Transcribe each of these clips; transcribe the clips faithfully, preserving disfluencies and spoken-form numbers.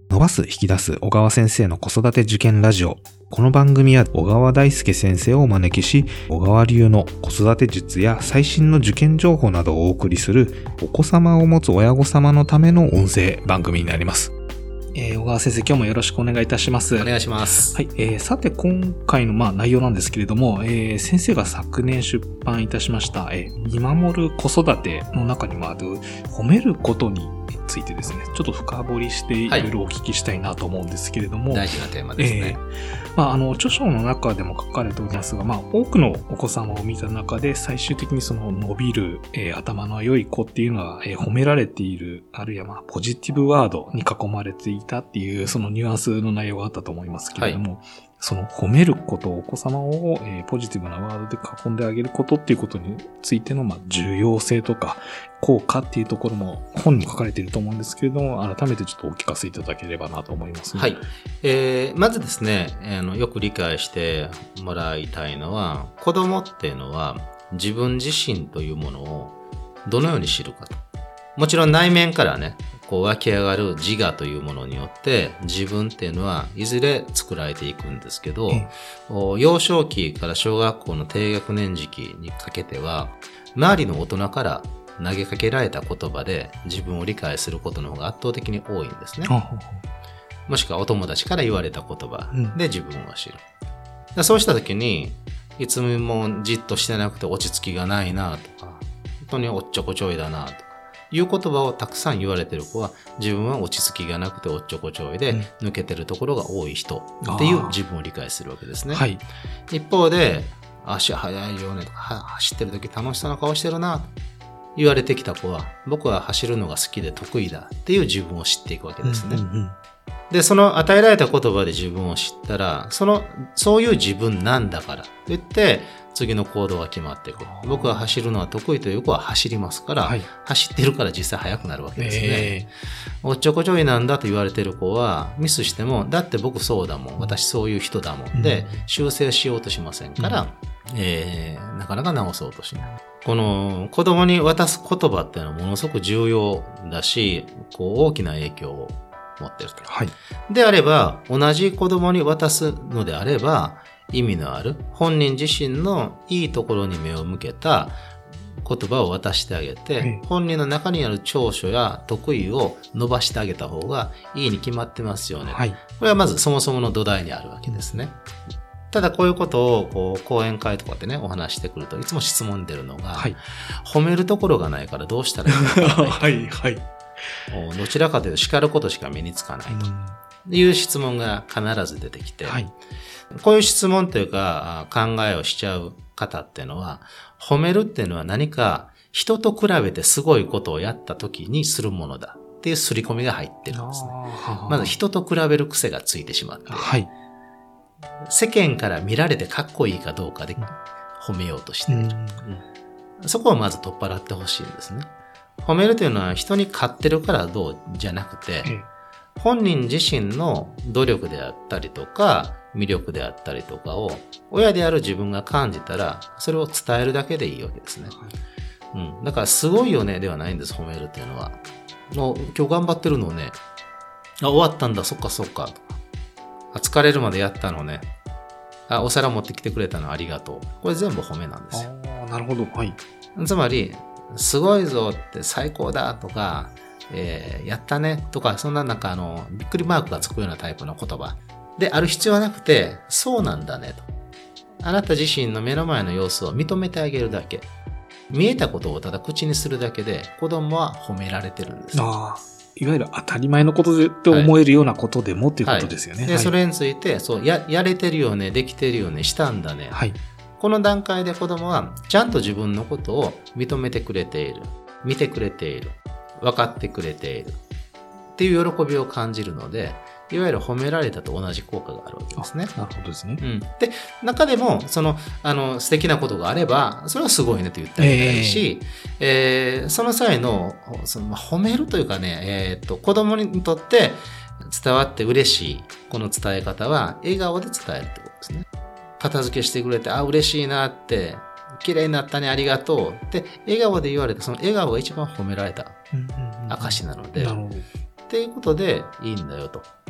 伸ばす引き出す小川先生の子育て受験ラジオ。この番組は小川大輔先生をお招きし、小川流の子育て術や最新の受験情報などをお送りするお子様を持つ親御様のための音声番組になります。えー、小川先生、今日もよろしくお願いいたします。 お願いします。 はい。えー、さて、今回の、まあ、内容なんですけれども、えー、先生が昨年出版いたしました、えー、見守る子育ての中にもある、褒めることについてですね、ちょっと深掘りしていろいろお聞きしたいなと思うんですけれども。 はい、大事なテーマですね。 えー、まあ、あの、著書の中でも書かれておりますが、まあ、多くのお子様を見た中で、最終的にその伸びる、えー、頭の良い子っていうのは、えー、褒められている、あるいはまあ、ポジティブワードに囲まれていたっていう、そのニュアンスの内容があったと思いますけれども、はい、その褒めること、お子様を、えー、ポジティブなワードで囲んであげることっていうことについての、まあ、重要性とか効果っていうところも本に書かれていると思うんですけれども、改めてちょっとお聞かせいただければなと思いますね。 はい。えー、まずですね、あの、よく理解してもらいたいのは、子供っていうのは自分自身というものをどのように知るかと。もちろん内面からね、こう湧き上がる自我というものによって自分っていうのはいずれ作られていくんですけど、うん、幼少期から小学校の低学年時期にかけては周りの大人から投げかけられた言葉で自分を理解することの方が圧倒的に多いんですね。うん、もしくはお友達から言われた言葉で自分を知る。うん、そうした時にいつもじっとしてなくて落ち着きがないなとか、本当におっちょこちょいだなとかいう言葉をたくさん言われてる子は自分は落ち着きがなくておっちょこちょいで抜けてるところが多い人っていう自分を理解するわけですね。はい、一方で足速いよねとか走ってる時楽しそうな顔してるなと言われてきた子は僕は走るのが好きで得意だっていう自分を知っていくわけですね。うんうんうん、でその与えられた言葉で自分を知ったらそのそういう自分なんだからと言って次の行動が決まっていく。僕は走るのは得意という子は走りますから、はい、走ってるから実際速くなるわけですね。えー、おっちょこちょいなんだと言われてる子はミスしてもだって僕そうだもん、私そういう人だもんで、うん、修正しようとしませんから、うんえー、なかなか直そうとしない。この子供に渡す言葉っていうのはものすごく重要だし、こう大きな影響を持っていると。はい、であれば同じ子供に渡すのであれば意味のある本人自身のいいところに目を向けた言葉を渡してあげて、うん、本人の中にある長所や得意を伸ばしてあげた方がいいに決まってますよね。はい、これはまずそもそもの土台にあるわけですね。ただこういうことをこう講演会とかでねお話してくるといつも質問出るのが、はい、褒めるところがないからどうしたらいいのかはいはいどちらかというと叱ることしか身につかないという質問が必ず出てきて、はい、こういう質問というか考えをしちゃう方っていうのは褒めるっていうのは何か人と比べてすごいことをやった時にするものだっていう刷り込みが入ってるんですね。まず人と比べる癖がついてしまって、はい世間から見られてかっこいいかどうかで褒めようとしている。うんうん、そこをまず取っ払ってほしいんですね。褒めるというのは人に勝ってるからどうじゃなくて、うん、本人自身の努力であったりとか魅力であったりとかを親である自分が感じたらそれを伝えるだけでいいわけですね。はいうん、だからすごいよねではないんです。褒めるというのはもう今日頑張ってるのをねあ終わったんだそっかそっかとか疲れるまでやったのね。あ、お皿持ってきてくれたのありがとう。これ全部褒めなんですよ。 ああ、なるほど。はい。 つまり、すごいぞって最高だとか、えー、やったねとか、そんななんかあの、びっくりマークがつくようなタイプの言葉である必要はなくて、そうなんだねと。あなた自身の目の前の様子を認めてあげるだけ。見えたことをただ口にするだけで、子供は褒められてるんです。 ああ。いわゆる当たり前のことでって思えるようなことでも、はい、っていうことですよね。 で、はい、それについてそう や, やれてるよね、できてるよね、したんだね、はい。この段階で子供はちゃんと自分のことを認めてくれている、見てくれている、分かってくれているっていう喜びを感じるので、いわゆる褒められたと同じ効果があるわけですね。 なるほどですね。 うん、で中でもそのあの素敵なことがあればそれはすごいねと言ってあげたいし、えーえー、その際のその褒めるというかね、えー、と子供にとって伝わって嬉しいこの伝え方は笑顔で伝えるってことですね。片付けしてくれてあ嬉しいなって綺麗になったねありがとうって笑顔で言われてその笑顔が一番褒められた証なので、うんうんうん、なるほどっていうことでいいんだよと。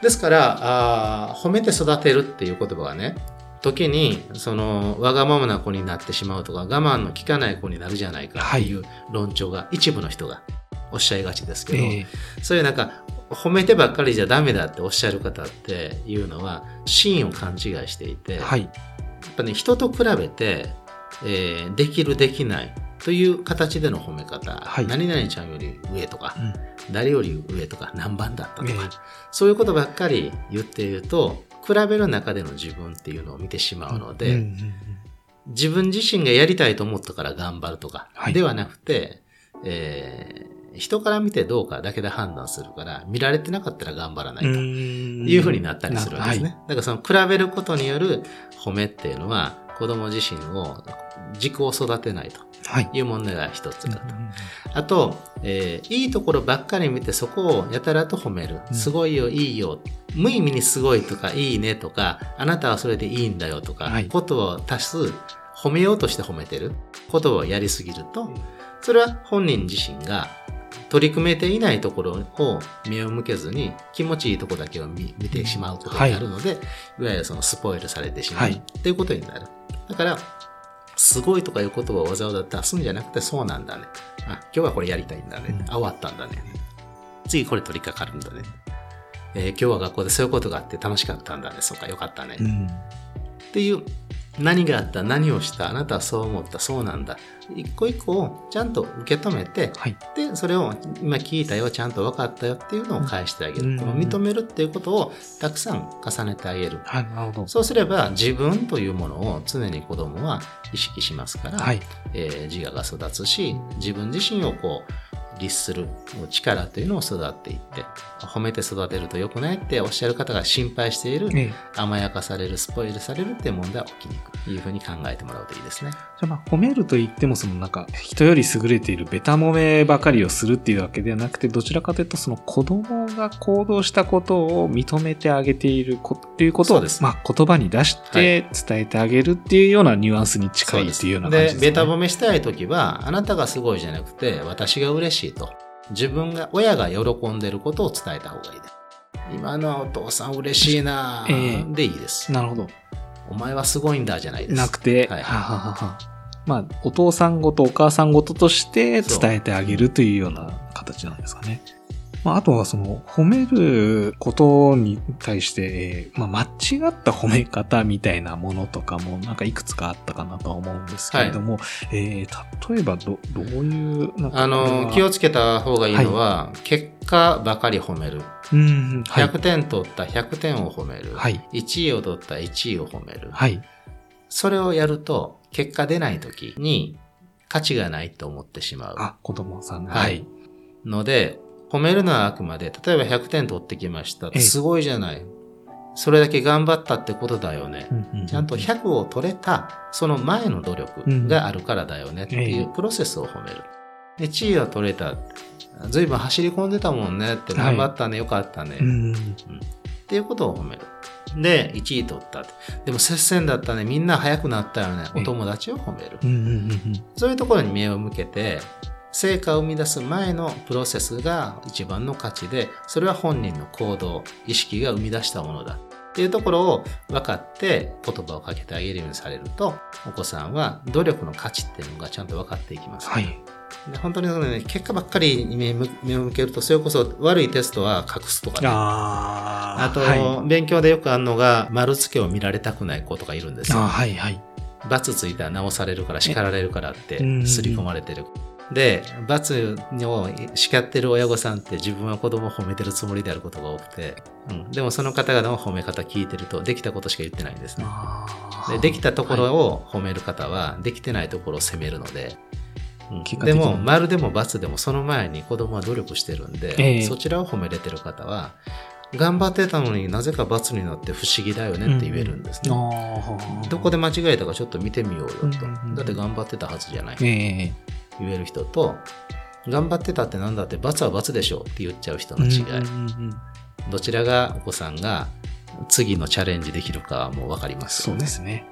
ですからあ、褒めて育てるっていう言葉はね、時にそのわがままな子になってしまうとか、我慢の効かない子になるじゃないかっていう論調が一部の人がおっしゃいがちですけど、えー、そういうなんか褒めてばっかりじゃダメだっておっしゃる方っていうのは真を勘違いしていて、はい、やっぱね、人と比べて、えー、できるできないという形での褒め方、はい、何々ちゃんより上とか、うん、誰より上とか何番だったとか、えー、そういうことばっかり言っていると、比べる中での自分っていうのを見てしまうので、うんうんうん、自分自身がやりたいと思ったから頑張るとか、はい、ではなくて、えー、人から見てどうかだけで判断するから、見られてなかったら頑張らないというふうになったりするわけですね。はい、だからその比べることによる褒めっていうのは、子供自身を自己を育てないという問題が一つだと。はい、あと、えー、いいところばっかり見てそこをやたらと褒める。すごいよ、いいよ。無意味にすごいとかいいねとか、あなたはそれでいいんだよとか、はい、ことを足す、褒めようとして褒めてることをやりすぎると、それは本人自身が取り組めていないところを目を向けずに気持ちいいところだけを 見, 見てしまうことになるので、はい、いわゆるそのスポイルされてしまう、はい、っていうことになる。だからすごいとかいう言葉をわざわざ出すんじゃなくて、そうなんだね、あ、今日はこれやりたいんだね、うん、あ、終わったんだね、次これ取り掛かるんだね、えー、今日は学校でそういうことがあって楽しかったんだね、そうか、よかったね、うん、っていう、何があった、何をした、あなたはそう思った、そうなんだ、一個一個をちゃんと受け止めて、はい、でそれを今聞いたよ、ちゃんと分かったよっていうのを返してあげる、うん、この認めるっていうことをたくさん重ねてあげる、はい、なるほど。そうすれば自分というものを常に子供は意識しますから、はい、えー、自我が育つし、自分自身をこう律する力というのを育っていって、褒めて育てると良くないっておっしゃる方が心配している、ええ、甘やかされる、スポイルされるっていう問題は起きにくいというふうに考えてもらうといいですね。 じゃあまあ褒めると言っても、そのなんか人より優れているベタ褒めばかりをするっていうわけではなくて、どちらかというとその子供が行動したことを認めてあげているっていうことを、まあ、言葉に出して伝えてあげるっていうようなニュアンスに近いっていうような感じですね。 で、ベタ褒めしたいときは、あなたがすごいじゃなくて、私が嬉しいと。自分が、親が喜んでることを伝えた方がいいです。今のはお父さん嬉しいな、えー、でいいです。 なるほど。 お前はすごいんだじゃないです。 なくて、はい、はははは。まあ、お父さんごとお母さんごととして伝えてあげるというような形なんですかね。まあ、あとはその褒めることに対して、えーまあ、間違った褒め方みたいなものとかもなんかいくつかあったかなとは思うんですけれども、はい、えー、例えばどどういうなんかあの気をつけた方がいいのは、はい、結果ばかり褒める、うん、はい、ひゃくてん取ったひゃくてんを褒める、はい、いちいを取ったいちいを褒める、はい、それをやると結果出ないときに価値がないと思ってしまう。 あ、子供さん、 はい、ので褒めるのはあくまで、例えばひゃくてん取ってきました。すごいじゃない。それだけ頑張ったってことだよね。うんうんうん、ちゃんとひゃくを取れた、その前の努力があるからだよねっていうプロセスを褒める。いちいは取れた。ずいぶん走り込んでたもんねって、頑張ったね、はい、よかったね、うんうん。っていうことを褒める。で、いちい取った。でも接戦だったね。みんな速くなったよね。お友達を褒める。うんうんうん、そういうところに目を向けて、成果を生み出す前のプロセスが一番の価値で、それは本人の行動、意識が生み出したものだっていうところを分かって言葉をかけてあげるようにされると、お子さんは努力の価値っていうのがちゃんと分かっていきます、ね。はい。で本当に、ね、結果ばっかりに目を向けると、それこそ悪いテストは隠すとかね。あ, あと、はい、勉強でよくあるのが、丸付けを見られたくない子とかいるんですよ。あ、はいはい。罰ついたら直されるから、叱られるからって刷り込まれてる。で、罰を叱ってる親御さんって自分は子供を褒めてるつもりであることが多くて、うん、でもその方々の褒め方聞いてると、できたことしか言ってないんですね。で、できたところを褒める方は、できてないところを責めるので、うん、でも、丸でも罰でもその前に子供は努力してるんで、えー、そちらを褒めれてる方は、頑張ってたのになぜか罰になって不思議だよねって言えるんですね。うん、どこで間違えたかちょっと見てみようよと。うん、だって頑張ってたはずじゃない。えー言える人と、頑張ってたってなんだって罰は罰でしょって言っちゃう人の違い、うんうんうん、どちらがお子さんが次のチャレンジできるかはもう分かりますよね。 そうですね。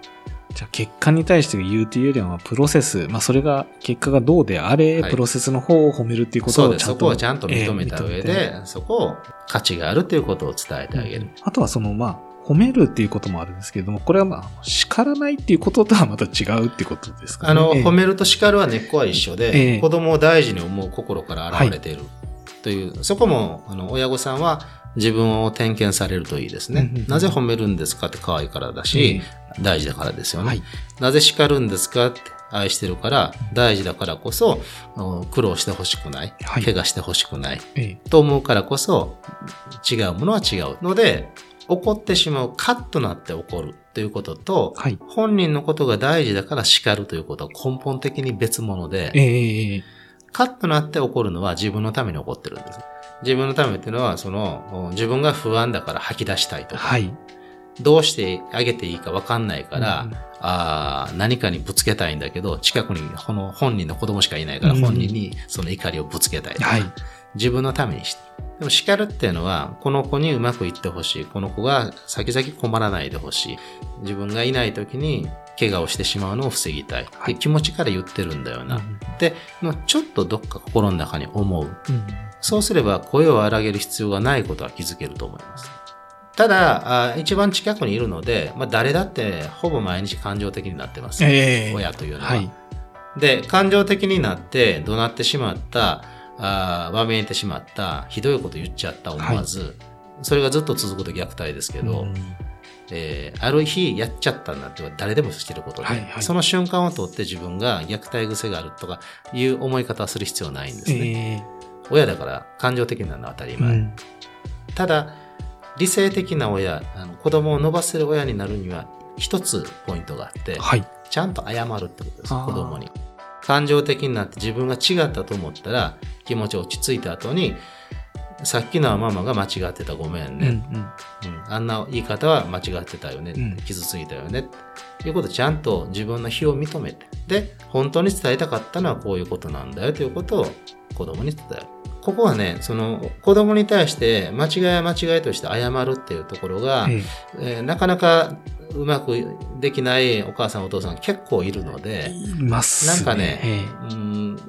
じゃあ結果に対して言うというよりは、プロセス、まあそれが、結果がどうであれ、はい、プロセスの方を褒めるっていうことをちゃんと。 そうです。そこをちゃんと認めた上で、えー、そこを価値があるということを伝えてあげる。うん、 あとはその、まあ、褒めるっていうこともあるんですけれども、これはまあ、叱らないっていうこととはまた違うっていうことですかね。 あの、えー、褒めると叱るは根っこは一緒で、えー、子供を大事に思う心から現れているという、はい、そこも、あの、親御さんは自分を点検されるといいですね。うんうんうん、なぜ褒めるんですかって可愛いからだし、えー、大事だからですよね。はい、なぜ叱るんですかって愛してるから大事だからこそ苦労してほしくない、はい、怪我してほしくない、えー、と思うからこそ違うものは違うので怒ってしまうカッとなって怒るということと、はい、本人のことが大事だから叱るということは根本的に別物で、えー、カッとなって怒るのは自分のために怒ってるんです。自分のためっていうのはその自分が不安だから吐き出したいとか、はい、どうしてあげていいか分かんないから、うん、あ何かにぶつけたいんだけど近くにこの本人の子供しかいないから本人にその怒りをぶつけたいとか、うんはい、自分のためにして。でも叱るっていうのはこの子にうまくいってほしい。この子が先々困らないでほしい。自分がいない時に怪我をしてしまうのを防ぎたい。はい、気持ちから言ってるんだよな。うん、で、ちょっとどっか心の中に思う。うん、そうすれば声を荒げる必要がないことは気づけると思います。ただ、一番近くにいるので、まあ、誰だってほぼ毎日感情的になってます。えー、親というのは、はい。で、感情的になって怒鳴ってしまった、あわめいてしまった、ひどいこと言っちゃった思わず、はい、それがずっと続くと虐待ですけど、うんえー、ある日やっちゃったんだって誰でもしてることで、はいはい、その瞬間をとって自分が虐待癖があるとかいう思い方をする必要はないんですね。えー、親だから感情的なのは当たり前。うん、ただ、理性的な親、あの子供を伸ばせる親になるには一つポイントがあって、はい、ちゃんと謝るってことです。子供に。感情的になって自分が違ったと思ったら気持ち落ち着いた後にさっきのはママが間違ってたごめんね、うんうんうん、あんな言い方は間違ってたよね、うん、傷ついたよねということをちゃんと自分の非を認めてで本当に伝えたかったのはこういうことなんだよということを子供に伝える。ここはねその子供に対して間違いは間違いとして謝るっていうところが、えええー、なかなかうまくできないお母さんお父さん結構いるので、 いますね。 なんかね、うん、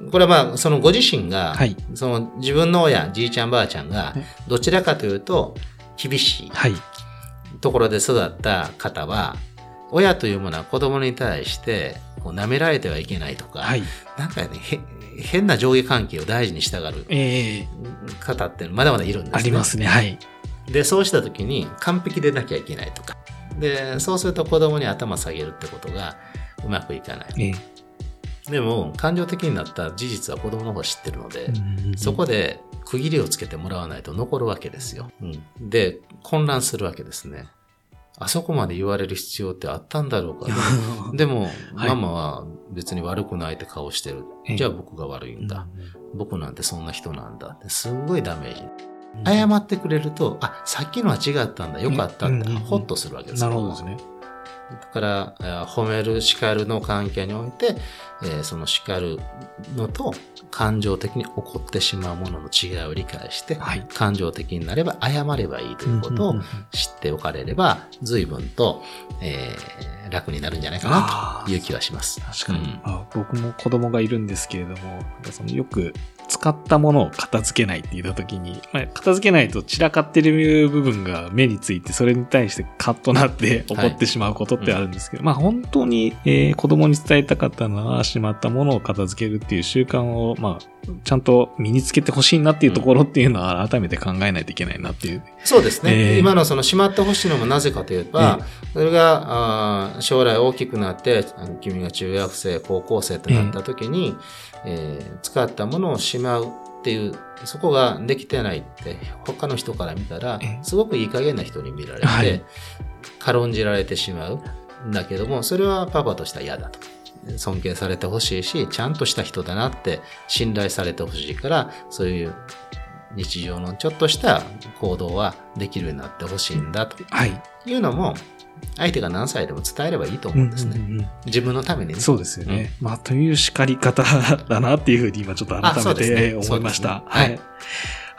これはまあそのご自身が、はい、その自分の親、じいちゃんばあちゃんがどちらかというと厳しいところで育った方は、親というものは子供に対してこう舐められてはいけないとか、はい、なんかね変な上下関係を大事にしたがる方ってまだまだいるんですね。ありますね。はい。でそうした時に完璧でなきゃいけないとか。でそうすると子供に頭下げるってことがうまくいかない、ええ、でも感情的になった事実は子供の方が知ってるので、うんうん、そこで区切りをつけてもらわないと残るわけですよ、うん、で混乱するわけですね。あそこまで言われる必要ってあったんだろうかでも、はい、ママは別に悪くないって顔してる、ええ、じゃあ僕が悪いんだ、うん、僕なんてそんな人なんだってすんごいダメージ。謝ってくれると、あ、さっきのは違ったんだ、よかったって、ほっとするわけですよ。なるほどですね。だから、褒める、叱るの関係において、えー、その叱るのと感情的に起こってしまうものの違いを理解して、はい、感情的になれば謝ればいいということを知っておかれれば、随分と、えー、楽になるんじゃないかなという気はします。 確かに、うんあ。僕も子供がいるんですけれども、そのよく、使ったものを片付けないって言った時に、まあ、片付けないと散らかってる部分が目についてそれに対してカッとなって怒ってしまうことってあるんですけど、はいうん、まあ本当に、えー、子供に伝えたかったのはしまったものを片付けるっていう習慣を、まあ、ちゃんと身につけてほしいなっていうところっていうのは改めて考えないといけないなっていう。うん、 そうですね。えー、今のそのしまってほしいのもなぜかといえば、えー、それがあ将来大きくなって君が中学生、高校生ってなった時に、えー、使ったものをしまうっていうそこができてないって他の人から見たらすごくいい加減な人に見られて、はい、軽んじられてしまうんだけどもそれはパパとしては嫌だと尊敬されてほしいしちゃんとした人だなって信頼されてほしいからそういう日常のちょっとした行動はできるようになってほしいんだというのも、はい相手が何歳でも伝えればいいと思うんですね。うんうんうん、自分のためにね。 そうですよね。うん、まあ、という叱り方だなっていうふうに今ちょっと改めて思いました。ねね、はい。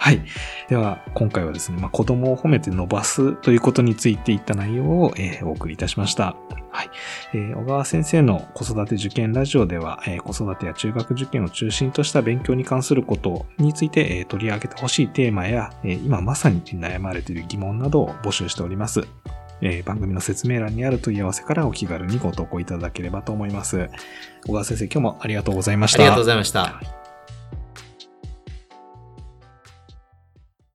はい。では、今回はですね、まあ、子供を褒めて伸ばすということについていった内容を、えー、お送りいたしました。はい。えー、小川先生の子育て受験ラジオでは、えー、子育てや中学受験を中心とした勉強に関することについて、えー、取り上げてほしいテーマや、えー、今まさに悩まれている疑問などを募集しております。えー、番組の説明欄にある問い合わせからお気軽にご投稿いただければと思います。小川先生、今日もありがとうございました。 ありがとうございました。